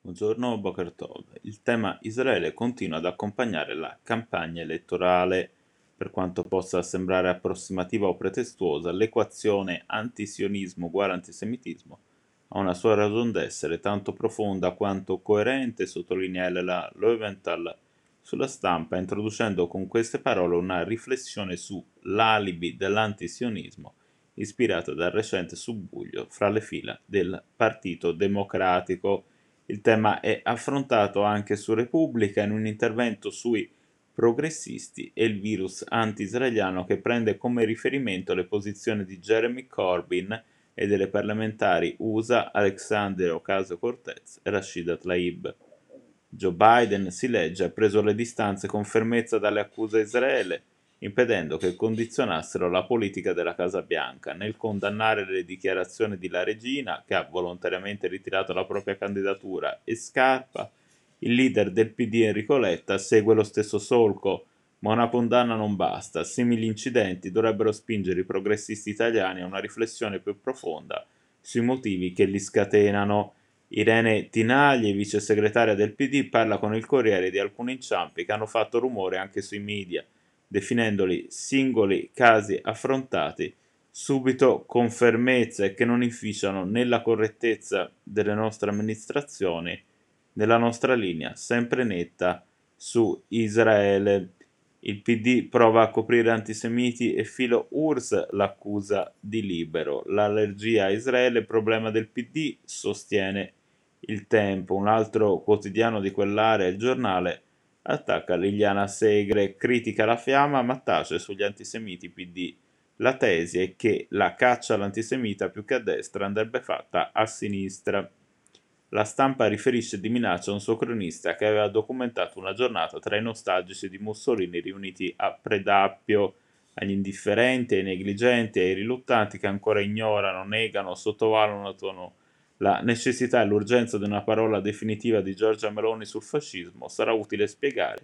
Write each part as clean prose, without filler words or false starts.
Buongiorno Boker Tov. Il tema Israele continua ad accompagnare la campagna elettorale. Per quanto possa sembrare approssimativa o pretestuosa, l'equazione antisionismo uguale antisemitismo ha una sua ragion d'essere tanto profonda quanto coerente, sottolinea la Loewenthal sulla stampa, introducendo con queste parole una riflessione su l'alibi dell'antisionismo ispirata dal recente subbuglio fra le fila del Partito Democratico. Il tema è affrontato anche su Repubblica in un intervento sui progressisti e il virus anti-israeliano che prende come riferimento le posizioni di Jeremy Corbyn e delle parlamentari USA Alexandria Ocasio-Cortez e Rashida Tlaib. Joe Biden, si legge, ha preso le distanze con fermezza dalle accuse a Israele, impedendo che condizionassero la politica della Casa Bianca. Nel condannare le dichiarazioni di la regina, che ha volontariamente ritirato la propria candidatura, e Scarpa, il leader del PD Enrico Letta segue lo stesso solco, ma una condanna non basta. Simili incidenti dovrebbero spingere i progressisti italiani a una riflessione più profonda sui motivi che li scatenano. Irene Tinagli, vice segretaria del PD, parla con il Corriere di alcuni inciampi che hanno fatto rumore anche sui media, definendoli singoli casi affrontati subito con fermezza e che non inficiano né la correttezza delle nostre amministrazioni né la nostra linea sempre netta su Israele. Il PD prova a coprire antisemiti e filo URSS l'accusa di Libero. L'allergia a Israele è problema del PD, sostiene Il Tempo. Un altro quotidiano di quell'area, Il Giornale, attacca Liliana Segre, critica la fiamma ma tace sugli antisemiti PD. La tesi è che la caccia all'antisemita più che a destra andrebbe fatta a sinistra. La stampa riferisce di minaccia a un suo cronista che aveva documentato una giornata tra i nostalgici di Mussolini riuniti a Predappio, agli indifferenti, ai negligenti, ai riluttanti che ancora ignorano, negano, sottovalutano la necessità e l'urgenza di una parola definitiva di Giorgia Meloni sul fascismo. Sarà utile spiegare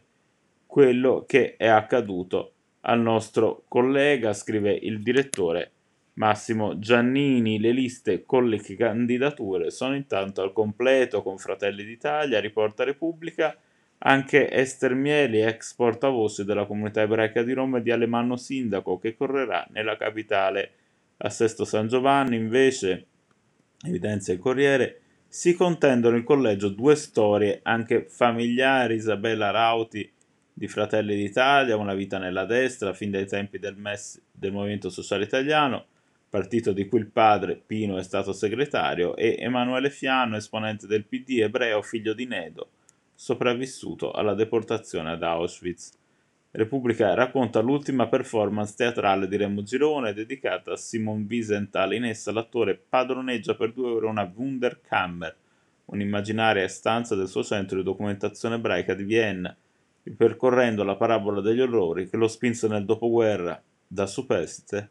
quello che è accaduto al nostro collega, scrive il direttore Massimo Giannini. Le liste con le candidature sono intanto al completo con Fratelli d'Italia, riporta Repubblica. Anche Ester Mieli, ex portavoce della comunità ebraica di Roma, e di Alemanno sindaco, che correrà nella capitale. A Sesto San Giovanni, invece, evidenzia il Corriere, si contendono il collegio due storie anche familiari. Isabella Rauti di Fratelli d'Italia, una vita nella destra, fin dai tempi del MES, del Movimento Sociale Italiano, partito di cui il padre Pino è stato segretario, e Emanuele Fiano, esponente del PD, ebreo, figlio di Nedo, sopravvissuto alla deportazione ad Auschwitz. Repubblica racconta l'ultima performance teatrale di Remo Girone dedicata a Simon Wiesenthal. In essa l'attore padroneggia per 2 ore una Wunderkammer, un'immaginaria stanza del suo centro di documentazione ebraica di Vienna, ripercorrendo la parabola degli orrori che lo spinse nel dopoguerra da superstite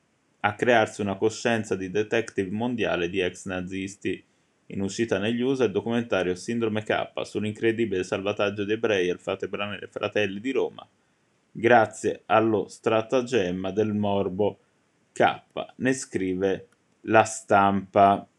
a crearsi una coscienza di detective mondiale di ex nazisti. In uscita negli USA il documentario Sindrome K sull'incredibile salvataggio di ebrei al Fratelli di Roma, grazie allo stratagemma del morbo K, ne scrive La Stampa.